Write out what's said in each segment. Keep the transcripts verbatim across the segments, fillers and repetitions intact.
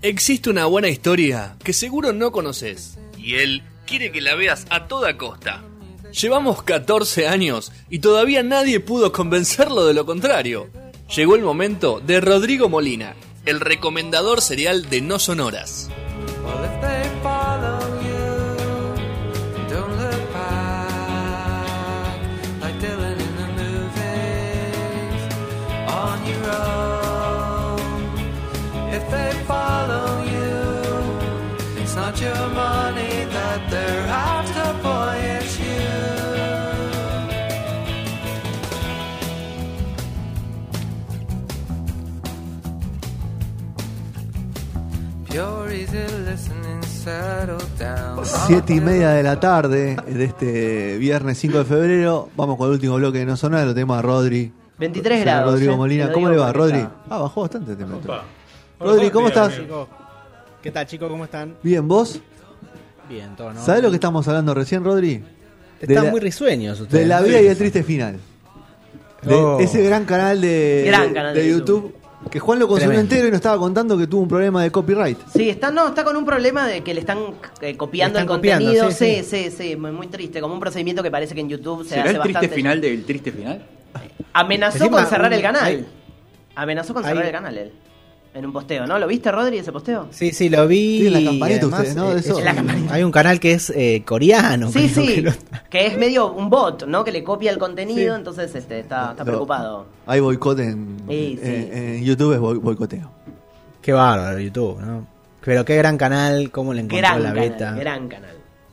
Existe una buena historia que seguro no conoces y él quiere que la veas a toda costa. Llevamos catorce años y todavía nadie pudo convencerlo de lo contrario. Llegó el momento de Rodrigo Molina, el recomendador serial de No Sonoras. Your money that they're after, boy, it's you. Pure easy listening, settle down. Siete y media de la tarde de este viernes cinco de febrero. Vamos con el último bloque de No Sonora. Lo tenemos a Rodri. veintitrés grados. Rodrigo ¿eh? Molina. ¿Cómo le va, Rodri? Ah, bajó bastante el temperatura. Rodri, ¿cómo estás? Chicos. ¿Qué tal, chicos? ¿Cómo están? Bien, ¿vos? Bien, todo, ¿no? ¿Sabés lo que estamos hablando recién, Rodri? Están la, muy risueños ustedes. De la vida y el triste final. De Oh. ese gran canal de, Gran canal de, de YouTube, YouTube. Que Juan lo consumió Tremendo. entero y nos estaba contando que tuvo un problema de copyright. Sí, está, no, está con un problema de que le están eh, copiando Le el están copiando, contenido. sí, Sí, sí, sí, muy, muy triste. Como un procedimiento que parece que en YouTube se ¿Será hace el triste bastante. final del triste final? Amenazó Encima, con cerrar un- el canal. hay- Amenazó con cerrar hay- el canal él. En un posteo, ¿no? ¿Lo viste, Rodri, ese posteo? Sí, sí, lo vi. Tienen la y campanita además, ustedes, ¿no? De eh, eso. es- La campanita. Hay un canal que es eh, coreano. Sí, creo sí, que lo- que es medio un bot, ¿no? Que le copia el contenido, Sí. entonces este, está, está Lo- preocupado. Hay boicot en, Sí, sí. en, en YouTube, es boi- boicoteo. Qué bárbaro YouTube, ¿no? Pero qué gran canal, cómo le encontró Gran la canal, beta. gran canal.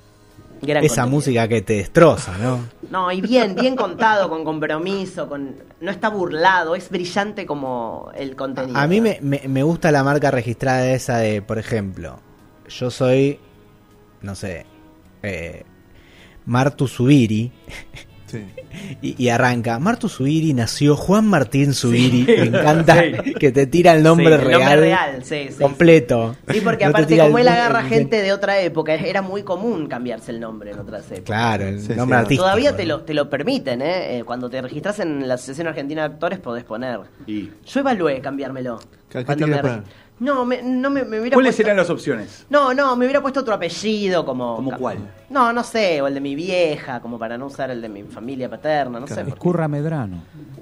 Gran Esa contenido. música que te destroza, ¿no? No, y bien, bien contado, con compromiso, con no está burlado, es brillante como el contenido. A mí me, me, me gusta la marca registrada esa de, por ejemplo, yo soy, no sé, eh, Martu Zubiri, Sí. y, y arranca, Martu Zubiri nació Juan Martín Zubiri, me encanta que te tira el nombre Sí, el real, nombre real, sí, sí, completo. Sí, porque No te aparte tira como el- él agarra el- gente de otra época, era muy común cambiarse el nombre en otras épocas. Claro, el Sí, nombre sí. artístico. Todavía te ¿no? lo, te lo permiten, ¿eh? Eh, Cuando te registras en la Asociación Argentina de Actores podés poner. Y Yo evalué cambiármelo. ¿Qué- qué Cuando te me querías regi- poner? No, me, no me, me hubiera ¿cuáles puesto- eran las opciones? No, no, me hubiera puesto otro apellido como... ¿Cómo cuál? No, no sé, o el de mi vieja, como para no usar el de mi familia paterna, no sé. por qué. Escurra Medrano.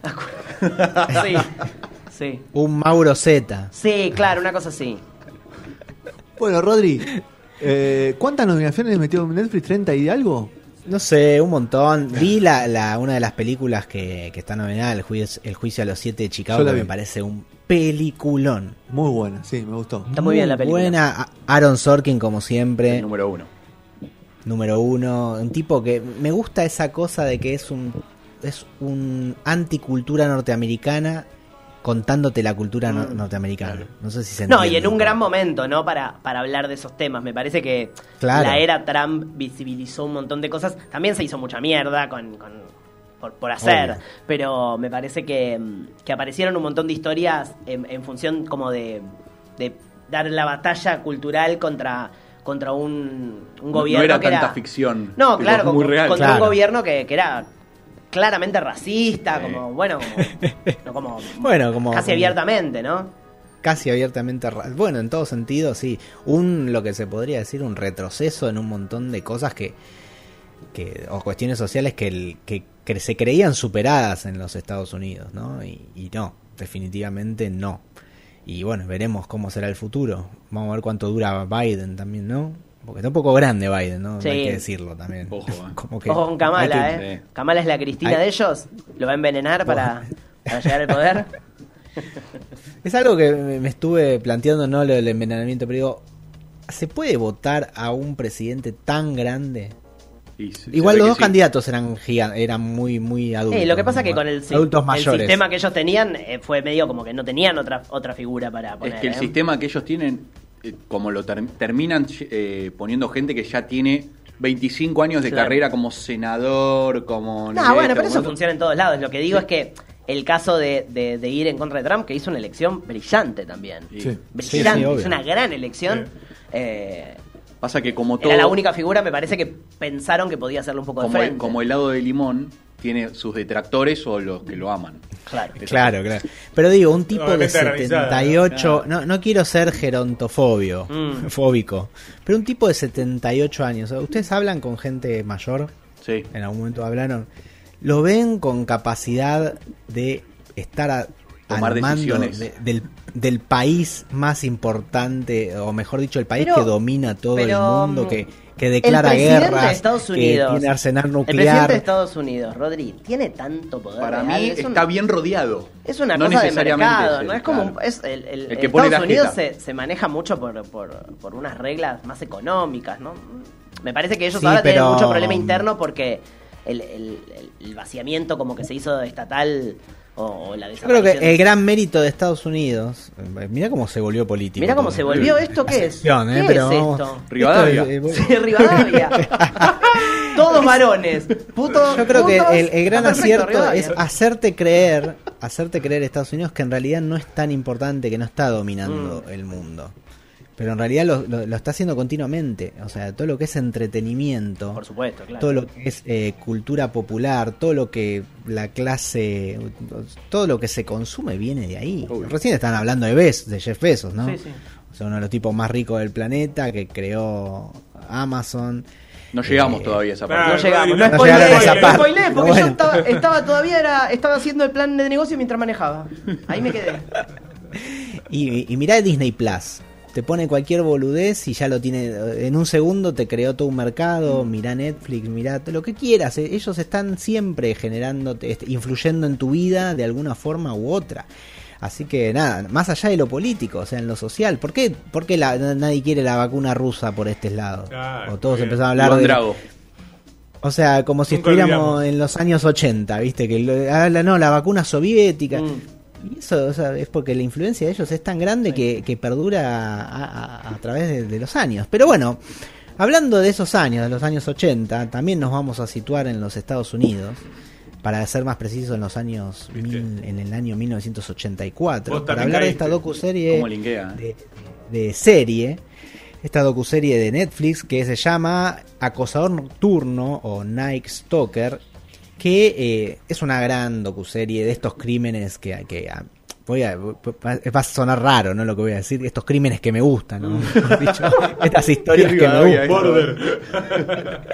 Sí, sí. Un Mauro Z. Sí, claro, una cosa así. Bueno, Rodri, eh, ¿cuántas nominaciones metió Netflix? ¿treinta y algo? No sé, un montón. Vi la, la una de las películas que, que está nominada, el juicio, el juicio a los siete de Chicago, Yo la que vi. me parece un peliculón. Muy buena, sí, me gustó. Está muy bien la película. Buena. A- Aaron Sorkin, como siempre, El número uno. número uno. Un tipo que me gusta esa cosa de que es un es un anticultura norteamericana contándote la cultura no- norteamericana. No sé si se No, entiende. y en un gran momento, ¿no? Para, para hablar de esos temas. Me parece que Claro. la era Trump visibilizó un montón de cosas. También se hizo mucha mierda con, con- por, por hacer. Obvio. Pero me parece que, mm, que aparecieron un montón de historias en, en función como de, de dar la batalla cultural contra, contra un, un No- gobierno no era que tanta era... ficción. No, pero claro, muy con- real. contra Claro. un gobierno que, que era claramente racista, Sí. como, bueno, como, no, como, Bueno, como- casi como- abiertamente, ¿no? Casi abiertamente ra- bueno, en todo sentido, sí. Un, lo que se podría decir, un retroceso en un montón de cosas que, que o cuestiones sociales que, el- que, que se creían superadas en los Estados Unidos, ¿no? Y, y no, definitivamente no. Y bueno, veremos cómo será el futuro. Vamos a ver cuánto dura Biden también, ¿no? Porque está un poco grande Biden, ¿no? Sí. Hay que decirlo también. Ojo, eh. Como que Ojo con Kamala, hay que- ¿eh? Kamala es la Cristina Hay- de ellos. Lo va a envenenar para, para llegar al poder. Es algo que me me estuve planteando, no lo del envenenamiento, pero digo, ¿se puede votar a un presidente tan grande? Y se- Igual se ve los que dos sí. candidatos eran gigan- eran muy muy adultos. Sí, lo que pasa ¿no? es que con el, si- adultos el mayores. sistema que ellos tenían eh, fue medio como que no tenían otra otra figura para poner. Es que el ¿eh? sistema que ellos tienen, eh, como lo ter- terminan eh, poniendo gente que ya tiene veinticinco años de Claro. carrera como senador, como... No, bueno, pero eso como- funciona en todos lados. Lo que digo es que el caso de, de- de ir en contra de Trump, que hizo una elección brillante también. Sí. Sí. Brillante, Sí, sí, obvio. es una gran elección. Eh, Pasa que como todo... era la única figura, me parece que pensaron que podía hacerle un poco de como, frente. como helado de limón, tiene sus detractores o los que lo aman. Claro. Eso. Claro, claro. Pero digo, un tipo de Obviamente organizada, setenta y ocho, no, no quiero ser gerontofobio, Mm. fóbico, pero un tipo de setenta y ocho años. ¿Ustedes hablan con gente mayor? Sí. En algún momento hablaron. ¿Lo ven con capacidad de estar a, Tomar al mando decisiones. de- del, del país más importante, o mejor dicho, el país Pero- que domina todo pero, el mundo, que, que El declara presidente guerras, de Estados que Unidos, tiene arsenal El presidente nuclear? de Estados Unidos, Rodri, tiene tanto poder. Para real, mí es un- está bien rodeado. Es una No cosa de necesariamente mercado, es el- no es como claro. un- es el, el- El que en pone Estados la Unidos jeta. se, se maneja mucho por, por, por unas reglas más económicas, ¿no? Me parece que ellos Sí, ahora pero- tienen mucho problema interno porque el, el- el- el vaciamiento como que se hizo estatal o, o la Yo creo desaparición. que el gran mérito de Estados Unidos, eh, mira cómo se volvió político. Mira cómo todo. se volvió esto, ¿qué es? Sección, eh, ¿Qué pero es vamos- esto? Rivadavia. Esto es, eh, Sí, Rivadavia. Todos varones. Puto, Yo creo que putos. el, el gran Está perfecto, acierto Rivadavia. es hacerte creer, hacerte creer a Estados Unidos que en realidad no es tan importante, que no está dominando Mm. el mundo. Pero en realidad lo, lo- lo está haciendo continuamente. O sea, todo lo que es entretenimiento, Por supuesto, claro. todo lo que es eh, cultura popular, todo lo que la clase, todo lo que se consume viene de ahí. Obvio. Recién estaban hablando de Bezos, de Jeff Bezos, ¿no? Sí, sí. O sea, uno de los tipos más ricos del planeta, que creó Amazon. No llegamos Eh, todavía a esa claro, parte. No llegamos, no No spoileé, llegaron a esa no parte. spoileé, porque Bueno. yo estaba, estaba todavía era, estaba haciendo el plan de negocio mientras manejaba. Ahí me quedé. Y, y mirá Disney Plus. Te pone cualquier boludez y ya lo tiene. En un segundo te creó todo un mercado. Mirá Netflix, mirá todo lo que quieras. eh, Ellos están siempre generando, te- este, influyendo en tu vida de alguna forma u otra. Así que nada, más allá de lo político, o sea, en lo social. ¿Por qué, por qué la- nadie quiere la vacuna rusa por este lado? Claro, o todos bien. empezaron a hablar Iván de. Drago. O sea, como si Nunca estuviéramos olvidamos. en los años ochenta, ¿viste? Que lo- ah, la- no, la vacuna soviética. Mm. Y eso, o sea, es porque la influencia de ellos es tan grande que, que perdura a, a- a través de, de los años. Pero bueno, hablando de esos años, de los años ochenta, también nos vamos a situar en los Estados Unidos. Para ser más preciso, en los años ¿Viste? mil- en el año mil novecientos ochenta y cuatro. Vos Para también hablar de esta caíste. docuserie Cómo linkea, de, eh. de serie, esta docuserie de Netflix que se llama Acosador Nocturno o Night Stalker, que eh, es una gran docuserie de estos crímenes que, que ah, voy a, va a sonar raro, ¿no? Lo que voy a decir, estos crímenes que me gustan, ¿no? Mejor dicho, estas historias que me Rivadavia, gustan. Border.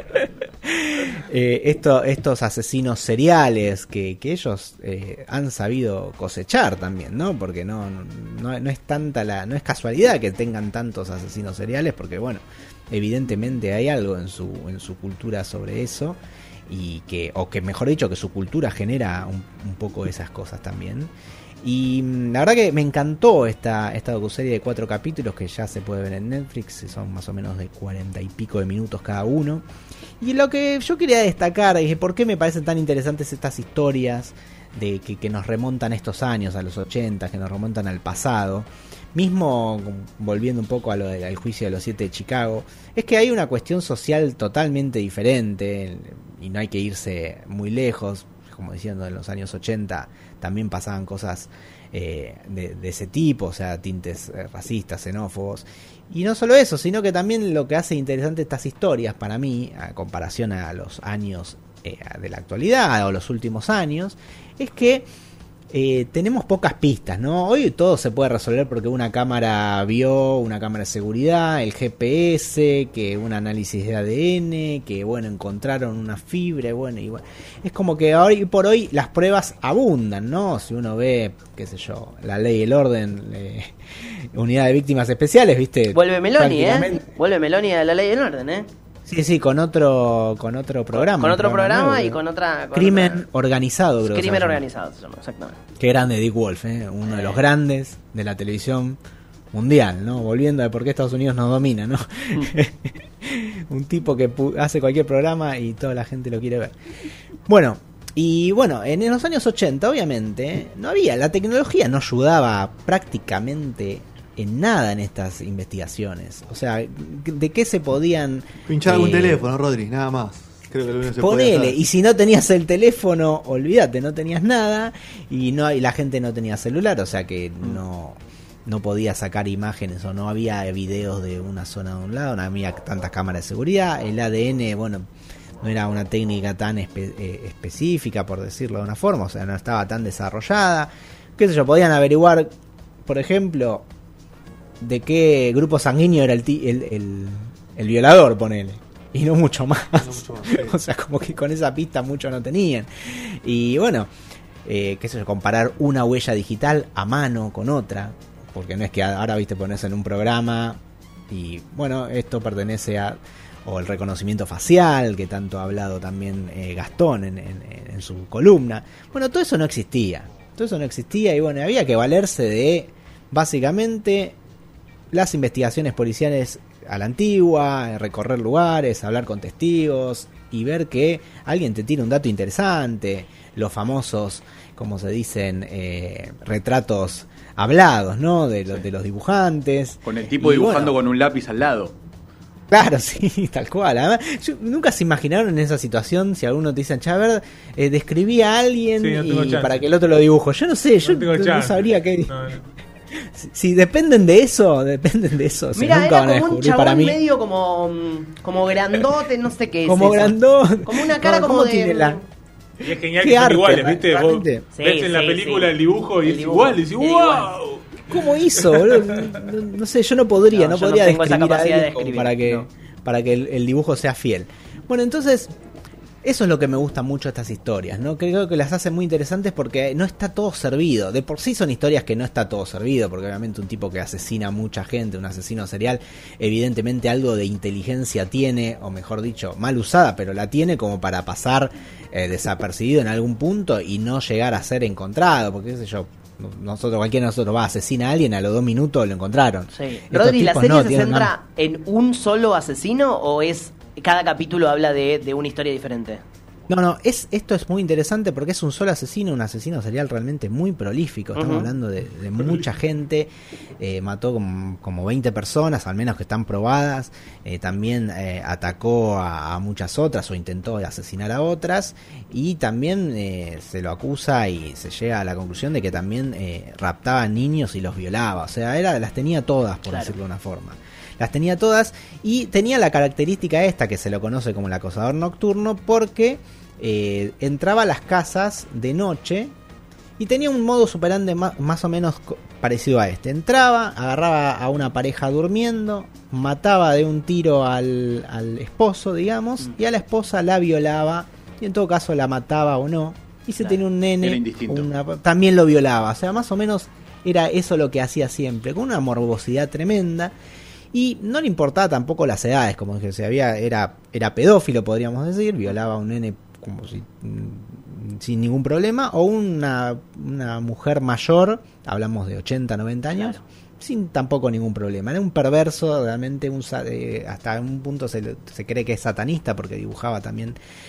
Eh, esto, estos asesinos seriales que, que ellos eh, han sabido cosechar también, ¿no? Porque no, no, no es tanta la, no es casualidad que tengan tantos asesinos seriales, porque bueno, evidentemente hay algo en su, en su cultura sobre eso, y que, o que mejor dicho, que su cultura genera un, un poco esas cosas también. Y mm, la verdad que me encantó esta, esta docuserie de cuatro capítulos que ya se puede ver en Netflix, son más o menos de cuarenta y pico de minutos cada uno. Y lo que yo quería destacar es por qué me parecen tan interesantes estas historias de que, que nos remontan a estos años, a los ochenta, que nos remontan al pasado. Mismo volviendo un poco a lo del al juicio de los siete de Chicago, es que hay una cuestión social totalmente diferente y no hay que irse muy lejos. Como diciendo, en los años ochenta también pasaban cosas eh, de, de ese tipo, o sea, tintes eh, racistas, xenófobos. Y no solo eso, sino que también lo que hace interesante estas historias para mí, a comparación a los años eh, de la actualidad o los últimos años, es que eh, tenemos pocas pistas, ¿no? Hoy todo se puede resolver porque una cámara vio, una cámara de seguridad, el G P S, que un análisis de A D N, que bueno, encontraron una fibra, bueno, y bueno, es como que hoy por hoy las pruebas abundan, ¿no? Si uno ve, qué sé yo, la ley y el orden, eh, unidad de víctimas especiales, ¿viste? Vuelve Meloni, ¿eh? Prácticamente. Vuelve Meloni a la ley del orden, ¿eh? Sí, sí, con otro con otro programa. Con un otro programa nuevo, y ¿eh? con otra... con Crimen otra- organizado, creo que se Crimen llama. organizado se llama, exactamente. Qué grande Dick Wolf, ¿eh? Uno de los grandes de la televisión mundial, ¿no? Volviendo a por qué Estados Unidos nos domina, ¿no? Un tipo que pu- hace cualquier programa y toda la gente lo quiere ver. Bueno, y bueno, en los años ochenta, obviamente, no había, la tecnología no ayudaba prácticamente en nada en estas investigaciones. O sea, ¿de qué se podían... Pinchar algún eh, teléfono, Rodri, nada más. Creo que lo único que se puede Ponele, hacer. y si no tenías el teléfono, olvídate, no tenías nada, y no y la gente no tenía celular, o sea que no, no podía sacar imágenes o no había videos de una zona de un lado, no había tantas cámaras de seguridad, el A D N, bueno, no era una técnica tan espe- eh, específica, por decirlo de una forma, o sea, no estaba tan desarrollada. Qué sé yo, podían averiguar, por ejemplo, de qué grupo sanguíneo era el, ti- el, el, el violador, ponele. Y no mucho más. No mucho más, sí. O sea, como que con esa pista mucho no tenían. Y bueno, eh, qué sé yo, comparar una huella digital a mano con otra. Porque no es que ahora, viste, pones en un programa y, bueno, esto pertenece a... O el reconocimiento facial, que tanto ha hablado también eh, Gastón en, en, en su columna. Bueno, todo eso no existía. Todo eso no existía y, bueno, había que valerse de, básicamente, las investigaciones policiales a la antigua, recorrer lugares, hablar con testigos y ver que alguien te tira un dato interesante, los famosos, como se dicen, eh, retratos hablados, ¿no? De, lo, Sí. de los dibujantes. Con el tipo Y dibujando bueno, con un lápiz al lado. claro, sí, tal cual. Además, yo- nunca se imaginaron en esa situación si alguno te dice, che, a ver, eh, describí a alguien Sí, no tengo y chance. para que el otro lo dibujo. Yo no sé, yo No tengo no, no chance. sabría qué... No, no. Si, si dependen de eso, dependen de eso. Si Mira, nunca era van a como un descubrir chabón para mí. medio como, mm, como grandote, no sé qué es Como eso. grandón. Como una cara No, como ¿cómo de... tiene la- Y es genial Qué que son arte, iguales, ¿viste? Vos realmente. Sí, ves en la sí, película sí. el dibujo y El es dibujo. igual, y decís, Es igual. ¡wow! ¿Cómo hizo, boludo? No, no sé, yo no podría, No, no, yo no podría tengo esa describir a capacidad de alguien como describir, para que, no. para que el, el dibujo sea fiel. Bueno, entonces, eso es lo que me gusta mucho de estas historias, ¿no? Creo que las hacen muy interesantes porque no está todo servido. De por sí son historias que no está todo servido, porque obviamente un tipo que asesina a mucha gente, un asesino serial, evidentemente algo de inteligencia tiene, o mejor dicho, mal usada, pero la tiene como para pasar eh, desapercibido en algún punto y no llegar a ser encontrado, porque qué sé yo, nosotros, cualquiera de nosotros va a asesinar a alguien, a los dos minutos lo encontraron. Sí. Estos Rodri, ¿la tipos serie no, se tienen una- centra en un solo asesino o es cada capítulo habla de, de una historia diferente? No, no, es, esto es muy interesante porque es un solo asesino, un asesino serial realmente muy prolífico. Estamos Ujú. hablando de, de mucha gente, eh, mató como, como veinte personas, al menos que están probadas. Eh, también eh, atacó a, a muchas otras o intentó asesinar a otras. Y también eh, se lo acusa y se llega a la conclusión de que también eh, raptaba a niños y los violaba. O sea, era, las tenía todas, por Claro. decirlo de una forma. Las tenía todas y tenía la característica esta que se lo conoce como el acosador nocturno porque eh, entraba a las casas de noche y tenía un modo superante más, más o menos co- parecido a este. Entraba, agarraba a una pareja durmiendo, mataba de un tiro al, al esposo, digamos, y a la esposa la violaba y en todo caso la mataba o no. Y si Claro. tenía un nene, Era indistinto. una- también lo violaba. O sea, más o menos era eso lo que hacía siempre, con una morbosidad tremenda. Y no le importaba tampoco las edades, como que se había, era, era pedófilo, podríamos decir, violaba a un nene como si mm, sin ningún problema, o una, una mujer mayor, hablamos de ochenta, noventa años, Claro. sin tampoco ningún problema. Era un perverso, realmente un sa- eh, hasta un punto se, le- se cree que es satanista porque dibujaba también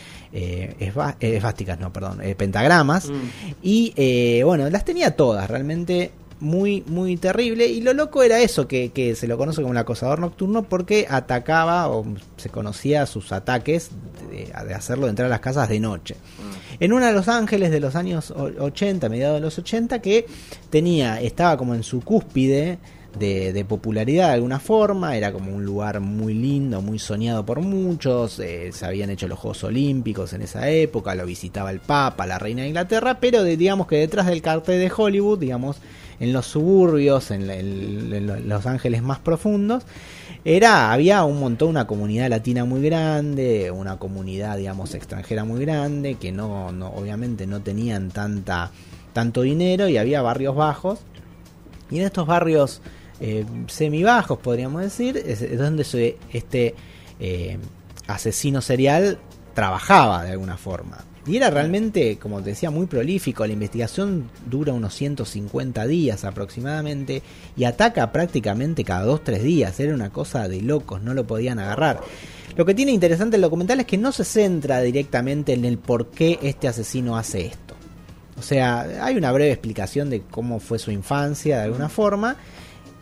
eh, esva- eh, esvásticas, no, perdón, eh, pentagramas. Mm. Y eh, bueno, las tenía todas, realmente muy, muy terrible. Y lo loco era eso, que, que se lo conoce como el acosador nocturno porque atacaba o se conocía sus ataques de, de hacerlo de entrar a las casas de noche. En una de Los Ángeles de los años o- ochenta, mediados de los ochenta, que tenía, estaba como en su cúspide de, de popularidad de alguna forma, era como un lugar muy lindo, muy soñado por muchos, eh, se habían hecho los Juegos Olímpicos en esa época, lo visitaba el Papa, la Reina de Inglaterra, pero de- digamos que detrás del cartel de Hollywood, digamos, en los suburbios, en, la- en- en Los Ángeles más profundos, era, había un montón, una comunidad latina muy grande, una comunidad, digamos, extranjera muy grande, que no, no obviamente no tenían tanta, tanto dinero, y había barrios bajos, y en estos barrios eh, semibajos, podríamos decir, es, es donde se, este eh, asesino serial trabajaba de alguna forma. Y era realmente, como te decía, muy prolífico. La investigación dura unos ciento cincuenta días aproximadamente y ataca prácticamente cada dos tres días. Era una cosa de locos, no lo podían agarrar. Lo que tiene interesante el documental es que no se centra directamente en el por qué este asesino hace esto. O sea, hay una breve explicación de cómo fue su infancia de alguna forma.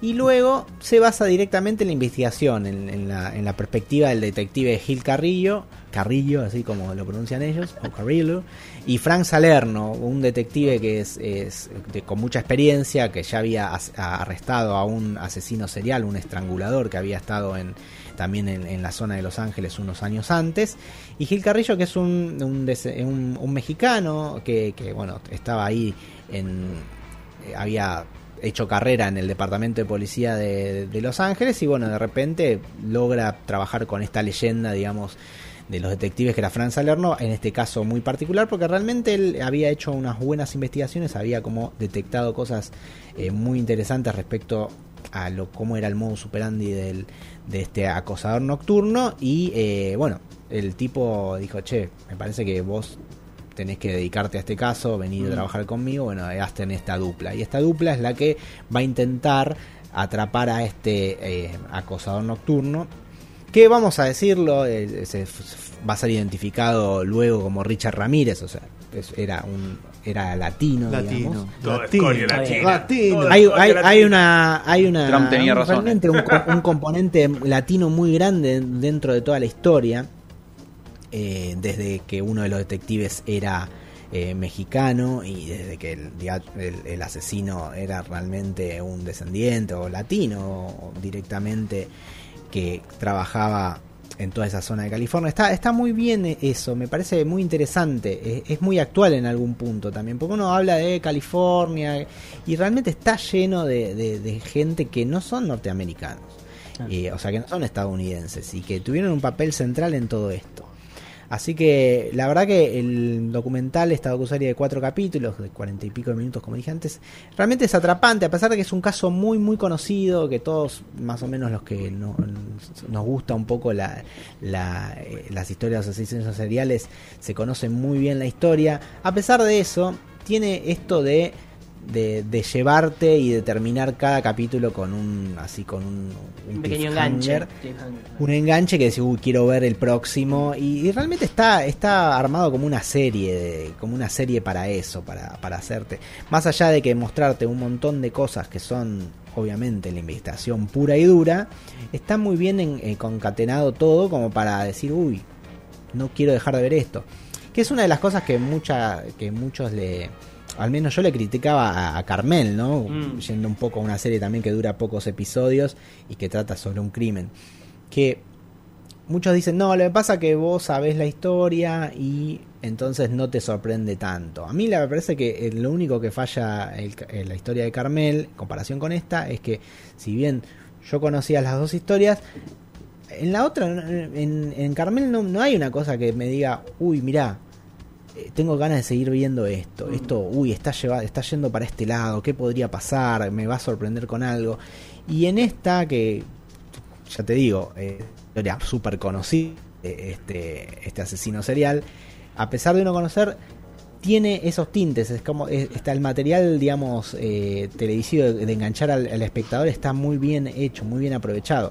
Y luego se basa directamente en la investigación, en, en, la, en la perspectiva del detective Gil Carrillo, Carrillo, así como lo pronuncian ellos, o Carrillo, y Frank Salerno, un detective que es, es de, con mucha experiencia, que ya había as, a, arrestado a un asesino serial, un estrangulador que había estado en también en, en la zona de Los Ángeles unos años antes, y Gil Carrillo, que es un, un, un, un mexicano que, que bueno, estaba ahí en eh, había hecho carrera en el departamento de policía de, de Los Ángeles, y bueno, de repente logra trabajar con esta leyenda, digamos, de los detectives que era Frank Salerno, en este caso muy particular, porque realmente él había hecho unas buenas investigaciones, había como detectado cosas eh, muy interesantes respecto a lo cómo era el modus operandi del, de este acosador nocturno, y eh, bueno, el tipo dijo, che, me parece que vos tenés que dedicarte a este caso, venir a trabajar conmigo, bueno, hazte en esta dupla, y esta dupla es la que va a intentar atrapar a este eh, acosador nocturno, que vamos a decirlo, eh, se, va a ser identificado luego como Richard Ramírez, o sea, es, era un era latino, Latino. digamos. Todo Latino. escoria latina. Latino. Todo Hay, escoria hay, latina. hay una hay una Trump tenía un- razón. realmente un, co- un componente latino muy grande dentro de toda la historia, eh, desde que uno de los detectives era eh, mexicano, y desde que el, dia- el, el asesino era realmente un descendiente o latino o directamente, que trabajaba en toda esa zona de California. Está, está muy bien eso, me parece muy interesante, es, es muy actual en algún punto también, porque uno habla de California y realmente está lleno de, de, de gente que no son norteamericanos, eh, o sea, que no son estadounidenses, y que tuvieron un papel central en todo esto. Así que la verdad que el documental, esta docuserie de cuatro capítulos, de cuarenta y pico de minutos, como dije antes, realmente es atrapante, a pesar de que es un caso muy muy conocido, que todos, más o menos los que no, nos gusta un poco la, la, eh, las historias de los asesinos seriales, se conocen muy bien la historia. A pesar de eso, tiene esto de de, de llevarte y de terminar cada capítulo con un así con un, un Un pequeño enganche. cliffhanger, un enganche que dice, uy, quiero ver el próximo, y, y realmente está está armado como una serie de, como una serie para eso, para, para hacerte, más allá de que mostrarte un montón de cosas que son obviamente la investigación pura y dura, está muy bien en, eh, concatenado todo como para decir, uy, no quiero dejar de ver esto, que es una de las cosas que mucha que muchos le, al menos yo le criticaba a, a Carmel, ¿no? Mm. Yendo un poco a una serie también que dura pocos episodios y que trata sobre un crimen. Que muchos dicen, no, lo que pasa es que vos sabés la historia y entonces no te sorprende tanto. A mí me parece que lo único que falla el, en la historia de Carmel, en comparación con esta, es que si bien yo conocía las dos historias, en la otra, en, en Carmel no, no hay una cosa que me diga, uy, mirá, tengo ganas de seguir viendo esto, esto, uy, está lleva, está yendo para este lado, ¿qué podría pasar? Me va a sorprender con algo. Y en esta, que ya te digo, eh, historia súper conocida, este, este asesino serial, a pesar de no conocer, tiene esos tintes, es como es, está el material, digamos, eh, televisivo de, de enganchar al, al espectador, está muy bien hecho, muy bien aprovechado.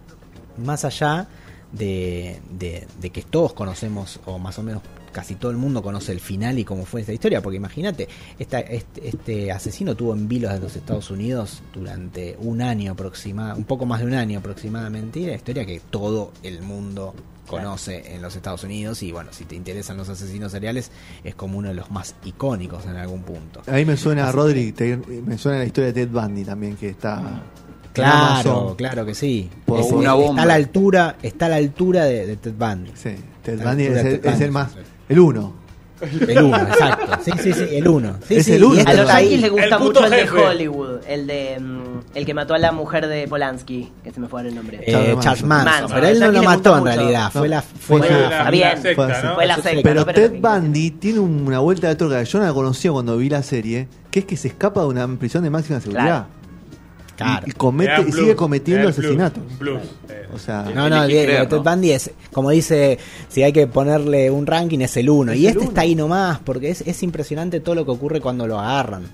Más allá de, de, de que todos conocemos, o más o menos casi todo el mundo conoce el final y cómo fue esta historia, porque imagínate, esta, este, este asesino tuvo en vilos de los Estados Unidos durante un año aproximadamente, un poco más de un año aproximadamente, y la historia que todo el mundo conoce en los Estados Unidos, y bueno, si te interesan los asesinos seriales, es como uno de los más icónicos en algún punto. Ahí me suena, Así Rodri, te- me suena la historia de Ted Bundy también, que está en Claro, Amazon. claro que sí. Por Es- una está bomba. a la altura, está a la altura de, de Ted Bundy. Sí, Ted A la Bundy altura es, de el- Ted es el Bundy, más, sí. el uno. El uno, exacto. Sí, sí, sí, el uno. Sí, Es sí, el uno. y A este los está ahí. yankees les gusta El puto mucho el de jefe. Hollywood, el de mm, el que mató a la mujer de Polanski, que se me fue ahora el nombre. Eh, Charles Charles Manson. Manson, Manson. pero él A no los lo yankees les mató gusta en mucho. realidad, No, fue la fue fue Fue la- la, Está la bien. secta, Fue así. ¿no? Fue la Eso sí. secta. Pero no, Ted que- Bundy tiene una vuelta de tuerca que yo no la conocía cuando vi la serie, que es que se escapa de una prisión de máxima seguridad. Claro. Y, y comete, Le dan y plus, sigue cometiendo le dan plus, asesinatos. un plus. Eh, O sea, No, no, Elegí Diego, creer, Ted ¿no? Bundy es, como dice, si hay que ponerle un ranking es el uno. Es Y el este uno. está ahí nomás, porque es, es impresionante todo lo que ocurre cuando lo agarran.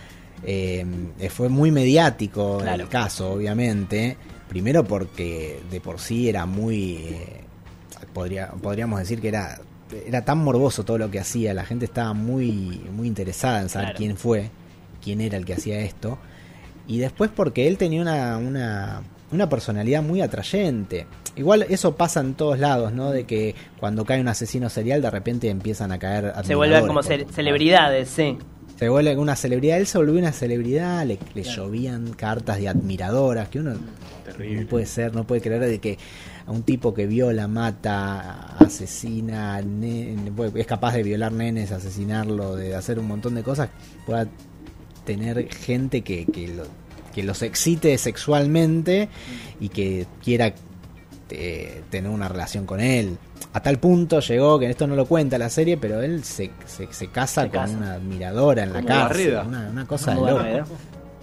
Eh, eh, fue muy mediático Claro. el caso, obviamente. Primero porque de por sí era muy... eh, podría, podríamos decir que era, era tan morboso todo lo que hacía. La gente estaba muy, muy interesada en saber Claro. quién fue, quién era el que hacía esto. y después porque él tenía una, una, una personalidad muy atrayente. Igual eso pasa en todos lados, ¿no? De que cuando cae un asesino serial de repente empiezan a caer Se vuelven como admiradores, ce- por- celebridades, sí. Se vuelve una celebridad, él se volvió una celebridad, le, le llovían cartas de admiradoras, que uno Terrible. no puede ser, no puede creer de que a un tipo que viola, mata, asesina, ne- es capaz de violar nenes, asesinarlo, de hacer un montón de cosas, pueda tener gente que, que, lo, que los excite sexualmente y que quiera eh, tener una relación con él. A tal punto llegó, que esto no lo cuenta la serie, pero él se, se, se casa Se con casa. una admiradora en la Como cárcel. Barreda. Una, una cosa de Como loco. Barreda.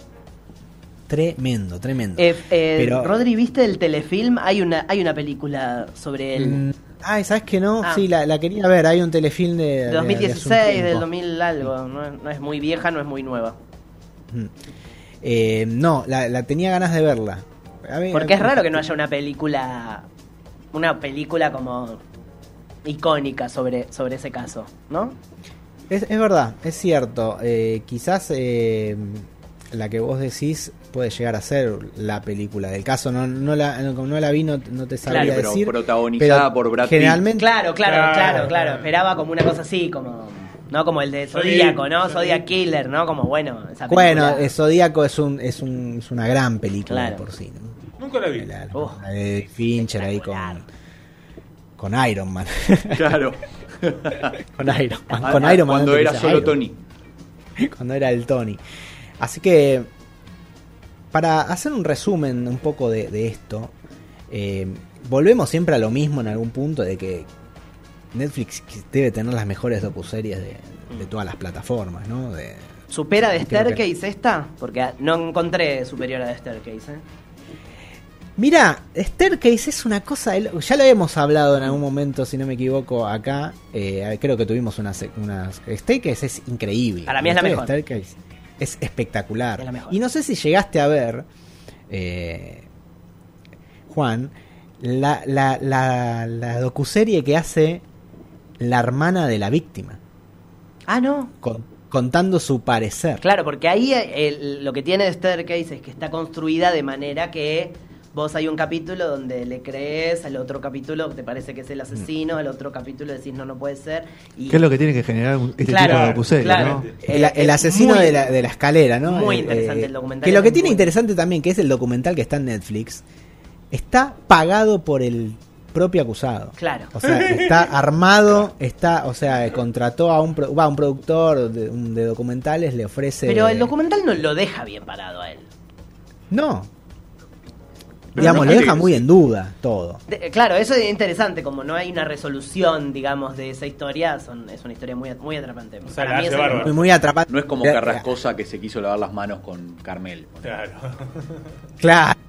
Tremendo, tremendo. Eh, eh, Pero- Rodri, ¿viste el telefilm? Hay una, hay una película sobre él. Mm, Ay, ¿sabes que no? Ah. Sí, la, la quería ver. Hay un telefilm de, De de- dos mil de hace un dieciséis, tiempo. del dos mil algo. No es, no es muy vieja, no es muy nueva. Mm. Eh, no, la, la tenía ganas de verla. A ver, Porque es raro que no haya una película, una película como icónica sobre, sobre ese caso, ¿no? Es, es verdad, es cierto. Eh, quizás eh, la que vos decís puede llegar a ser la película del caso. No, no, la, no, no la vi, no, no te sabría Claro, pero decir. protagonizada por Brad Pitt. Generalmente, Claro, claro, Claro, claro, claro. claro. Esperaba como una cosa así, como no como el de Sí, Zodíaco, ¿no? sí. Zodiac Killer, ¿no? Como bueno, esa película. bueno, eh, Zodíaco es, un, es, un, es una gran película Claro. de por sí, ¿no? Nunca la vi. La, la- Oh, la de Fincher ahí con, con Iron Man. Claro. con Iron Man. Ah, Con ah, Iron Man cuando antes era que sea solo Iron Tony. Man. Cuando era el Tony. Así que, para hacer un resumen un poco de, de esto, eh, volvemos siempre a lo mismo en algún punto, de que Netflix debe tener las mejores docuseries de, de todas las plataformas, ¿no? De, ¿Supera de Creo que- Staircase esta? Porque no encontré superior a de Staircase, ¿eh? Mira, Staircase es una cosa, de lo- ya lo hemos hablado en algún momento, si no me equivoco, acá. Eh, creo que tuvimos una, se- una Staircase es increíble. Para mí es la historia mejor. de Staircase es espectacular. Es la mejor. Y no sé si llegaste a ver, eh, Juan, la, la, la, la docuserie que hace la hermana de la víctima, Ah, no. con- contando su parecer. Claro, porque ahí eh, el- lo que tiene de Staircase es que está construida de manera que vos hay un capítulo donde le crees, al otro capítulo te parece que es el asesino, al otro capítulo decís no, no puede ser. Y ¿Qué es lo que tiene que generar un- este Claro, tipo de docuserie, claro. ¿no? El, Eh, el es asesino muy- de, la, de la escalera, ¿no? muy Eh, interesante eh, el documental, Que lo es que tiene muy- interesante también, que es el documental que está en Netflix, está pagado por el propio acusado. Claro. O sea, está armado, está, o sea, contrató a un, pro- va, un productor de, un- de documentales, le ofrece... Pero el documental no lo deja bien parado a él. No. Digamos, no, lo deja sí, muy sí. en duda todo. De- claro, eso es interesante, como no hay una resolución, digamos, de esa historia, son, es una historia muy, muy atrapante. sea, Para la mí hace es el- bárbaro. Muy, muy atrapante. No es como Eh, Carrascosa que se quiso lavar las manos con Carmel. Claro. Claro.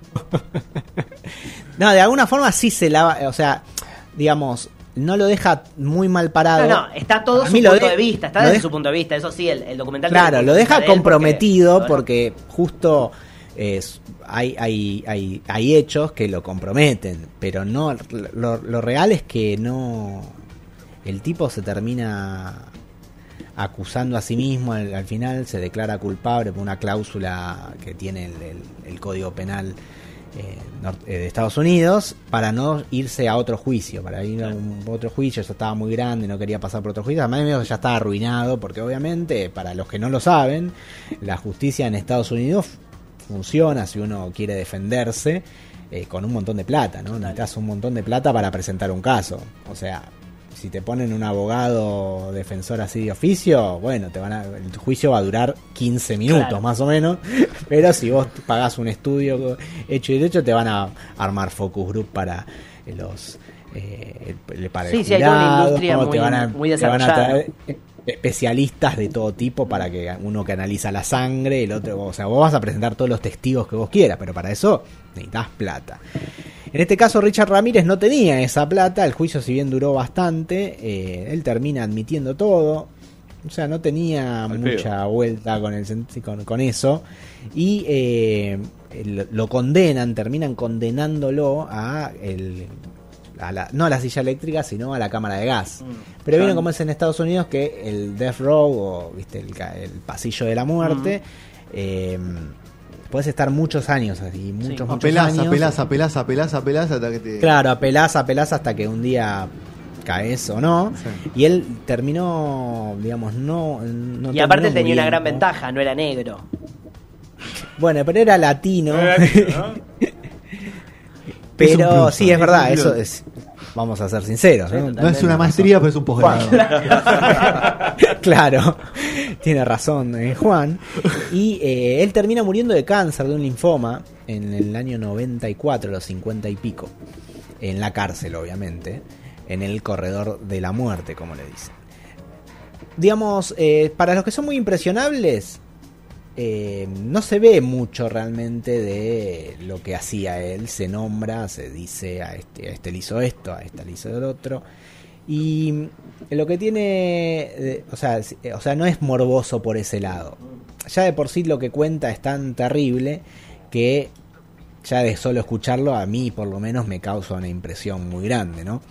No, de alguna forma sí se lava, o sea, digamos, no lo deja muy mal parado. No, no, está todo A su mí lo punto de- de vista, está lo desde deja- su punto de vista, eso sí, el, el documental... Claro, tiene lo punto de vista deja de él comprometido porque- porque justo es, hay, hay, hay, hay hechos que lo comprometen, pero no, lo, lo real es que no, el tipo se termina acusando a sí mismo, al, al final se declara culpable por una cláusula que tiene el, el- el Código Penal eh, nor- eh, de Estados Unidos, para no irse a otro juicio, para ir a un otro juicio. Eso estaba muy grande, no quería pasar por otro juicio, además medio que ya estaba arruinado, porque obviamente, para los que no lo saben, la justicia en Estados Unidos funciona si uno quiere defenderse eh, con un montón de plata, ¿no? Necesitas un montón de plata para presentar un caso. O sea, si te ponen un abogado defensor así de oficio, bueno, te van a, el juicio va a durar quince minutos Claro. más o menos, pero si vos pagás un estudio hecho y derecho, te van a armar focus group para eh, los eh, el- para el Sí, sí, hay toda una jurado, industria te muy- van a- muy te van a desarrollada. traer especialistas de todo tipo, para que uno que analiza la sangre, el otro, o sea, vos vas a presentar todos los testigos que vos quieras, pero para eso necesitas plata. En este caso Richard Ramírez no tenía esa plata, el juicio si bien duró bastante, eh, él termina admitiendo todo, o sea, no tenía Al mucha pedo. vuelta con, el, sen- con, con eso, y eh, lo, lo condenan, terminan condenándolo a el... A la, no a la silla eléctrica, sino a la cámara de gas. Mm. Pero vieron cómo es en Estados Unidos, que el death row, o viste el, ca- el pasillo de la muerte, eh, podés estar muchos años así, muchos, Sí. muchos Apelás, años. apelás, apelás, apelás, apelás hasta que te... Claro, apelás, apelás hasta que un día caes o no. Sí. Y él terminó, digamos, no. no Y aparte terminó tenía una gran muriendo. ventaja, no era negro. Bueno, pero era latino. Era latino, ¿no? Es un Pero plus, sí, ¿no? es verdad, Es un eso plus. es. Vamos a ser sinceros, ¿no? No es una maestría, pero es un posgrado. Claro, tiene razón eh, Juan. Y eh, él termina muriendo de cáncer, de un linfoma, en el año noventa y cuatro, los cincuenta y pico. En la cárcel, obviamente. En el corredor de la muerte, como le dicen. Digamos, eh, para los que son muy impresionables, eh, no se ve mucho realmente de lo que hacía él. Se nombra, se dice, a este, a este le hizo esto, a este le hizo el otro. Y lo que tiene, eh, o sea, s- eh, o sea, no es morboso por ese lado. Ya de por sí lo que cuenta es tan terrible que ya de solo escucharlo a mí por lo menos me causa una impresión muy grande, ¿no?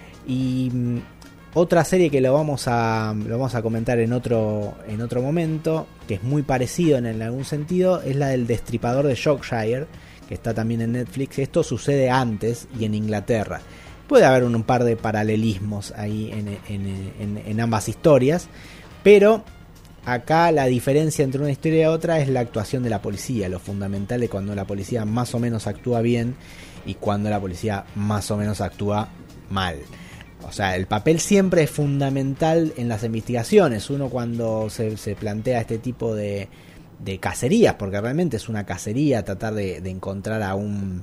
Y mm, otra serie que lo vamos a lo vamos a comentar en otro en otro momento, que es muy parecido en, en algún sentido, es la del Destripador de Yorkshire, que está también en Netflix. Esto sucede antes y en Inglaterra. Puede haber un, un par de paralelismos ahí en, en, en, en ambas historias, pero acá la diferencia entre una historia y otra es la actuación de la policía, lo fundamental de cuando la policía más o menos actúa bien y cuando la policía más o menos actúa mal. O sea, el papel siempre es fundamental en las investigaciones. Uno cuando se, se plantea este tipo de, de cacerías, porque realmente es una cacería tratar de, de encontrar a un,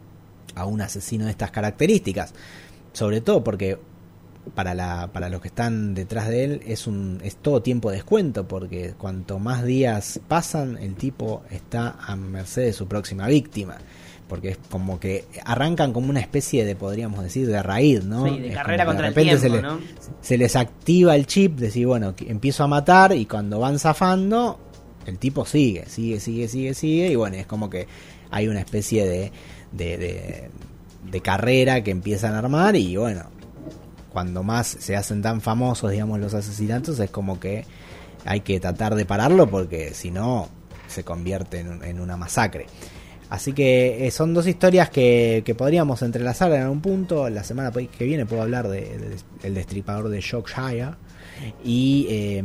a un asesino de estas características. Sobre todo porque para, la, para los que están detrás de él es, un, es todo tiempo de descuento, porque cuanto más días pasan, el tipo está a merced de su próxima víctima. Porque es como que arrancan como una especie de, podríamos decir, de raíz, ¿no? Sí, de Es carrera como que contra el repente tiempo, se, ¿no? le- se les activa el chip, decir, bueno, que empiezo a matar, y cuando van zafando, el tipo sigue, sigue, sigue, sigue, sigue, y bueno, es como que hay una especie de, de, de, de carrera que empiezan a armar, y bueno, cuando más se hacen tan famosos, digamos, los asesinatos, es como que hay que tratar de pararlo, porque si no, se convierte en, un- en una masacre. Así que eh, son dos historias que, que podríamos entrelazar en algún punto. La semana que viene puedo hablar de, de- de El Destripador de Yorkshire. Y eh,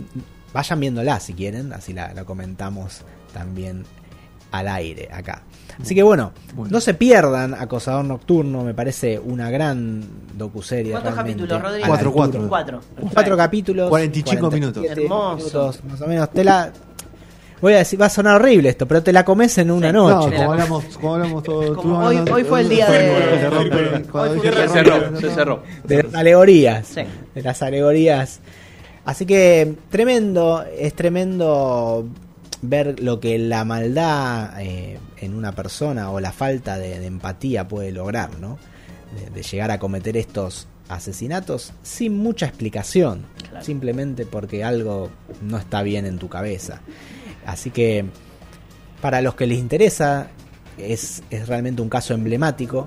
vayan viéndola si quieren, así la, la comentamos también al aire acá. Así que bueno, Bueno. no se pierdan Acosador Nocturno, me parece una gran docuserie. ¿Cuántos realmente, capítulos, Rodrigo? a la Cuatro, altura. cuatro. Cuatro. Cuatro capítulos, cuarenta y cinco minutos. siete Hermoso. minutos, más o menos. Te la, voy a decir, va a sonar horrible esto, pero te la comes en una Sí. No, noche. como hablamos, como hablamos todo. Como tú hoy- hablando- hoy fue el día de- Cuando se rompe- Hoy cuando fue se el Se día rompe- cerró, se cerró. De las alegorías. Sí. De las alegorías. Así que tremendo, es tremendo ver lo que la maldad eh, en una persona o la falta de, de empatía puede lograr, ¿no? De, de llegar a cometer estos asesinatos sin mucha explicación, Claro. simplemente porque algo no está bien en tu cabeza. Así que para los que les interesa es, es realmente un caso emblemático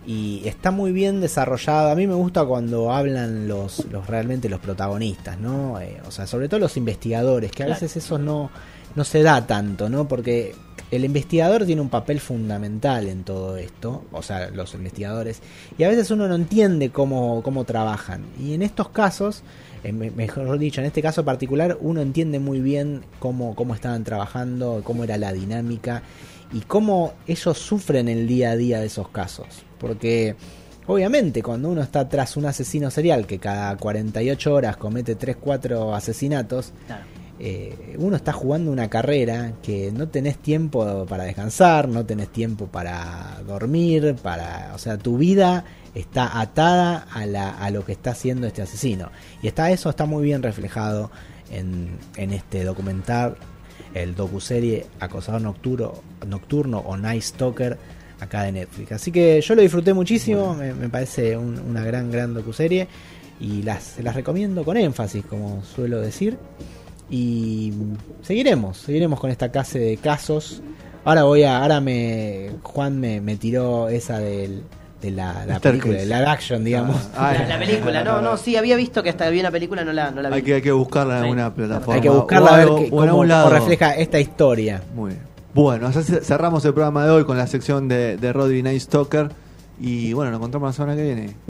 y está muy bien desarrollado. A mí me gusta cuando hablan los, los realmente los protagonistas, ¿no? Eh, o sea, sobre todo los investigadores, que a Claro. veces eso no, no se da tanto, ¿no? Porque el investigador tiene un papel fundamental en todo esto, o sea, los investigadores, y a veces uno no entiende cómo, cómo trabajan. Y en estos casos, eh, me- mejor dicho, en este caso particular, uno entiende muy bien cómo, cómo estaban trabajando, cómo era la dinámica y cómo ellos sufren el día a día de esos casos. Porque obviamente cuando uno está tras un asesino serial que cada cuarenta y ocho horas comete tres cuatro asesinatos, Claro. eh, uno está jugando una carrera que no tenés tiempo para descansar, no tenés tiempo para dormir, para, o sea, tu vida está atada a, la, a lo que está haciendo este asesino. Y está eso está muy bien reflejado en, en este documental, el docuserie Acosador Nocturno, Nocturno o Night Stalker, acá de Netflix. Así que yo lo disfruté muchísimo, me, me parece un- una gran, gran docuserie y las, se las recomiendo con énfasis, como suelo decir. Y seguiremos, seguiremos con esta clase de casos. Ahora voy a, ahora me, Juan me, me tiró esa del, de la, la película, de live action, digamos. Ah, La, la película, no, no, sí, había visto que hasta había una película, no la, no la vi. Hay que, hay que buscarla en Sí. alguna plataforma. Hay que buscarla o a ver algo, que- o en cómo, algún lado. cómo refleja esta historia. Muy bien. Bueno, así cerramos el programa de hoy con la sección de, de Rodri Night Stalker. Y bueno, nos encontramos la semana que viene.